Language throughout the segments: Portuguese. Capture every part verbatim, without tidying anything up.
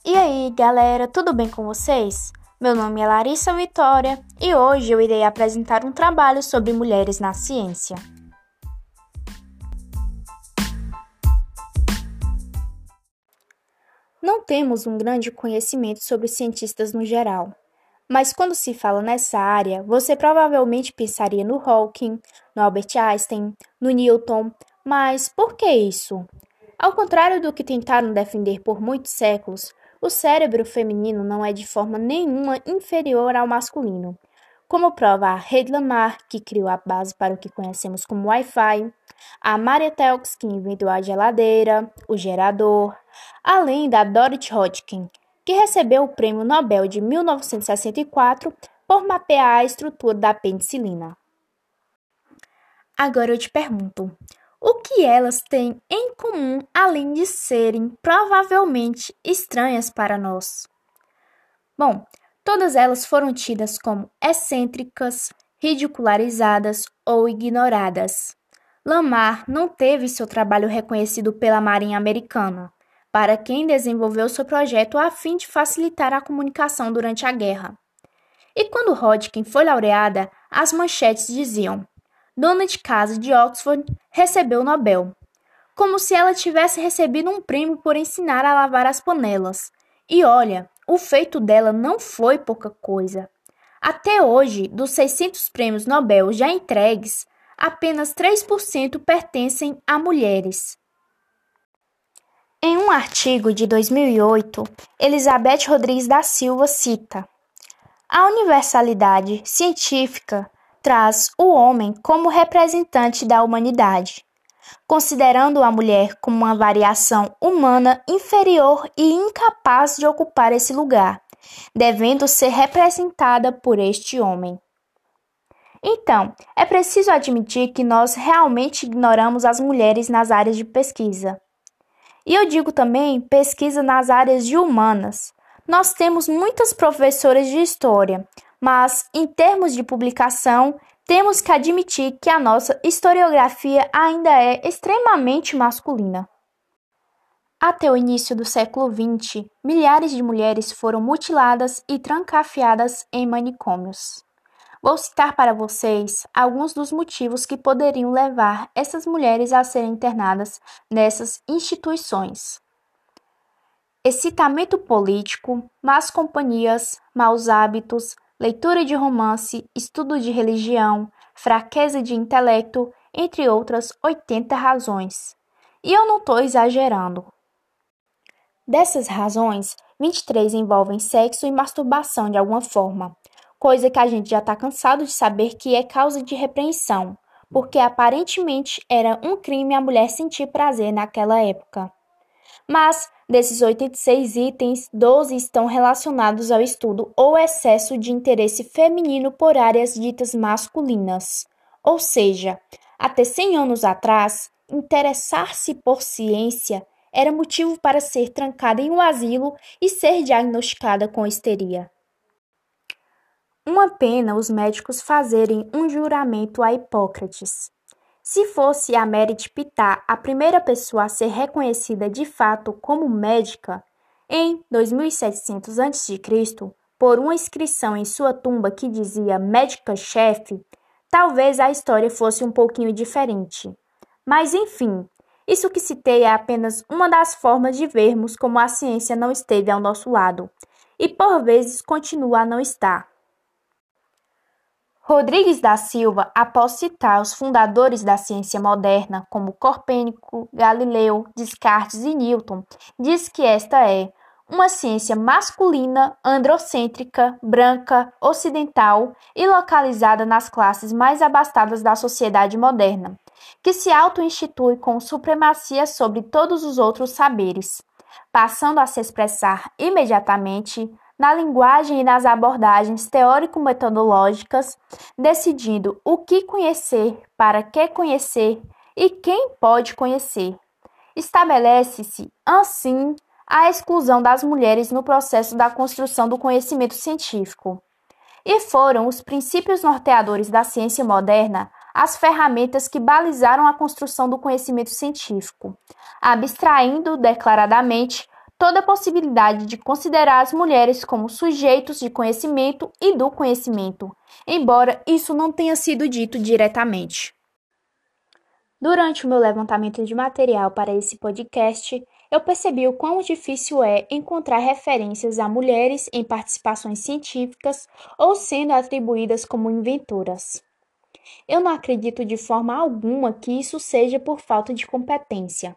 E aí, galera, tudo bem com vocês? Meu nome é Larissa Vitória e hoje eu irei apresentar um trabalho sobre mulheres na ciência. Não temos um grande conhecimento sobre cientistas no geral, mas quando se fala nessa área, você provavelmente pensaria no Hawking, no Albert Einstein, no Newton, mas por que isso? Ao contrário do que tentaram defender por muitos séculos, o cérebro feminino não é de forma nenhuma inferior ao masculino, como prova a Hedy Lamarr, que criou a base para o que conhecemos como Wi-Fi, a Maria Telx, que inventou a geladeira, o gerador, além da Dorothy Hodgkin, que recebeu o Prêmio Nobel de mil novecentos e sessenta e quatro por mapear a estrutura da penicilina. Agora eu te pergunto, o que elas têm em comum além de serem provavelmente estranhas para nós? Bom, todas elas foram tidas como excêntricas, ridicularizadas ou ignoradas. Lamarr não teve seu trabalho reconhecido pela Marinha Americana, para quem desenvolveu seu projeto a fim de facilitar a comunicação durante a guerra. E quando Hodgkin foi laureada, as manchetes diziam: Dona de casa de Oxford recebeu o Nobel, como se ela tivesse recebido um prêmio por ensinar a lavar as panelas. E olha, o feito dela não foi pouca coisa. Até hoje, dos seiscentos prêmios Nobel já entregues, apenas três por cento pertencem a mulheres. Em um artigo de dois mil e oito, Elizabeth Rodrigues da Silva cita: A universalidade científica traz o homem como representante da humanidade, considerando a mulher como uma variação humana inferior e incapaz de ocupar esse lugar, devendo ser representada por este homem. Então, é preciso admitir que nós realmente ignoramos as mulheres nas áreas de pesquisa. E eu digo também pesquisa nas áreas de humanas. Nós temos muitas professoras de história, mas, em termos de publicação, temos que admitir que a nossa historiografia ainda é extremamente masculina. Até o início do século vinte, milhares de mulheres foram mutiladas e trancafiadas em manicômios. Vou citar para vocês alguns dos motivos que poderiam levar essas mulheres a serem internadas nessas instituições: excitamento político, más companhias, maus hábitos, leitura de romance, estudo de religião, fraqueza de intelecto, entre outras oitenta razões. E eu não estou exagerando. Dessas razões, vinte e três envolvem sexo e masturbação de alguma forma, coisa que a gente já está cansado de saber que é causa de repreensão, porque aparentemente era um crime a mulher sentir prazer naquela época. Mas, desses oitenta e seis itens, doze estão relacionados ao estudo ou excesso de interesse feminino por áreas ditas masculinas. Ou seja, até cem anos atrás, interessar-se por ciência era motivo para ser trancada em um asilo e ser diagnosticada com histeria. Uma pena os médicos fazerem um juramento a Hipócrates. Se fosse a Merit Pitá a primeira pessoa a ser reconhecida de fato como médica, em dois mil e setecentos antes de Cristo, por uma inscrição em sua tumba que dizia médica-chefe, talvez a história fosse um pouquinho diferente. Mas, enfim, isso que citei é apenas uma das formas de vermos como a ciência não esteve ao nosso lado, e por vezes continua a não estar. Rodrigues da Silva, após citar os fundadores da ciência moderna, como Copérnico, Galileu, Descartes e Newton, diz que esta é uma ciência masculina, androcêntrica, branca, ocidental e localizada nas classes mais abastadas da sociedade moderna, que se auto-institui com supremacia sobre todos os outros saberes, passando a se expressar imediatamente na linguagem e nas abordagens teórico-metodológicas, decidindo o que conhecer, para que conhecer e quem pode conhecer. Estabelece-se, assim, a exclusão das mulheres no processo da construção do conhecimento científico. E foram os princípios norteadores da ciência moderna as ferramentas que balizaram a construção do conhecimento científico, abstraindo declaradamente toda a possibilidade de considerar as mulheres como sujeitos de conhecimento e do conhecimento, embora isso não tenha sido dito diretamente. Durante o meu levantamento de material para esse podcast, eu percebi o quão difícil é encontrar referências a mulheres em participações científicas ou sendo atribuídas como inventoras. Eu não acredito de forma alguma que isso seja por falta de competência.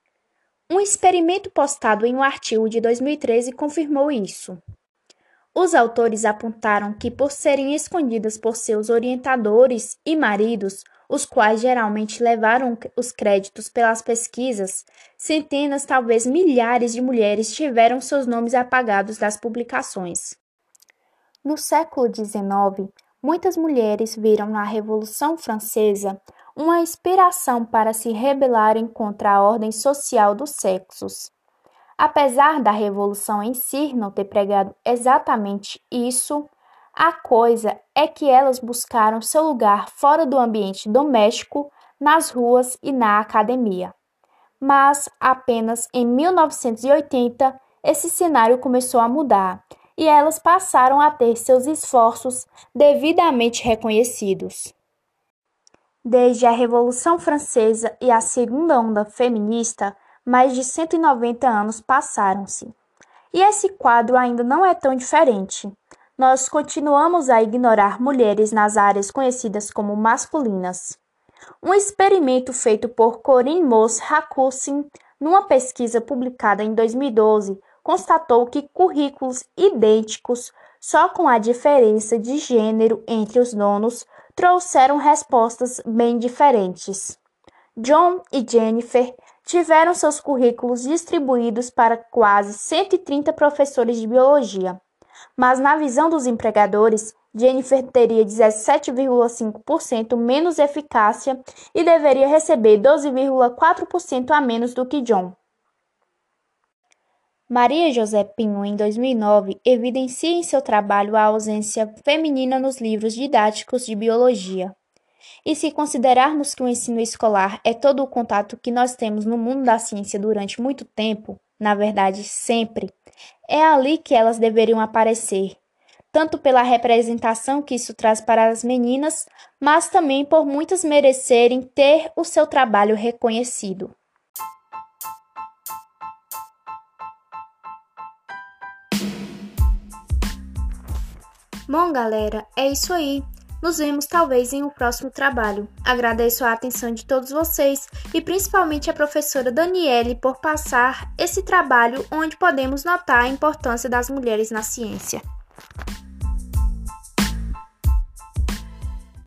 Um experimento postado em um artigo de dois mil e treze confirmou isso. Os autores apontaram que, por serem escondidas por seus orientadores e maridos, os quais geralmente levaram os créditos pelas pesquisas, centenas, talvez milhares de mulheres tiveram seus nomes apagados das publicações. No século dezenove, muitas mulheres viram na Revolução Francesa uma inspiração para se rebelarem contra a ordem social dos sexos. Apesar da Revolução em si não ter pregado exatamente isso, a coisa é que elas buscaram seu lugar fora do ambiente doméstico, nas ruas e na academia. Mas apenas em mil novecentos e oitenta esse cenário começou a mudar e elas passaram a ter seus esforços devidamente reconhecidos. Desde a Revolução Francesa e a segunda onda feminista, mais de cento e noventa anos passaram-se. E esse quadro ainda não é tão diferente. Nós continuamos a ignorar mulheres nas áreas conhecidas como masculinas. Um experimento feito por Corinne Moss Rakusin, numa pesquisa publicada em dois mil e doze, constatou que currículos idênticos, só com a diferença de gênero entre os donos, trouxeram respostas bem diferentes. John e Jennifer tiveram seus currículos distribuídos para quase cento e trinta professores de biologia, mas na visão dos empregadores, Jennifer teria dezessete vírgula cinco por cento menos eficácia e deveria receber doze vírgula quatro por cento a menos do que John. Maria José Pinho, em dois mil e nove, evidencia em seu trabalho a ausência feminina nos livros didáticos de biologia. E se considerarmos que o ensino escolar é todo o contato que nós temos no mundo da ciência durante muito tempo, na verdade sempre, é ali que elas deveriam aparecer, tanto pela representação que isso traz para as meninas, mas também por muitas merecerem ter o seu trabalho reconhecido. Bom, galera, é isso aí. Nos vemos talvez em um próximo trabalho. Agradeço a atenção de todos vocês e principalmente a professora Daniele por passar esse trabalho onde podemos notar a importância das mulheres na ciência.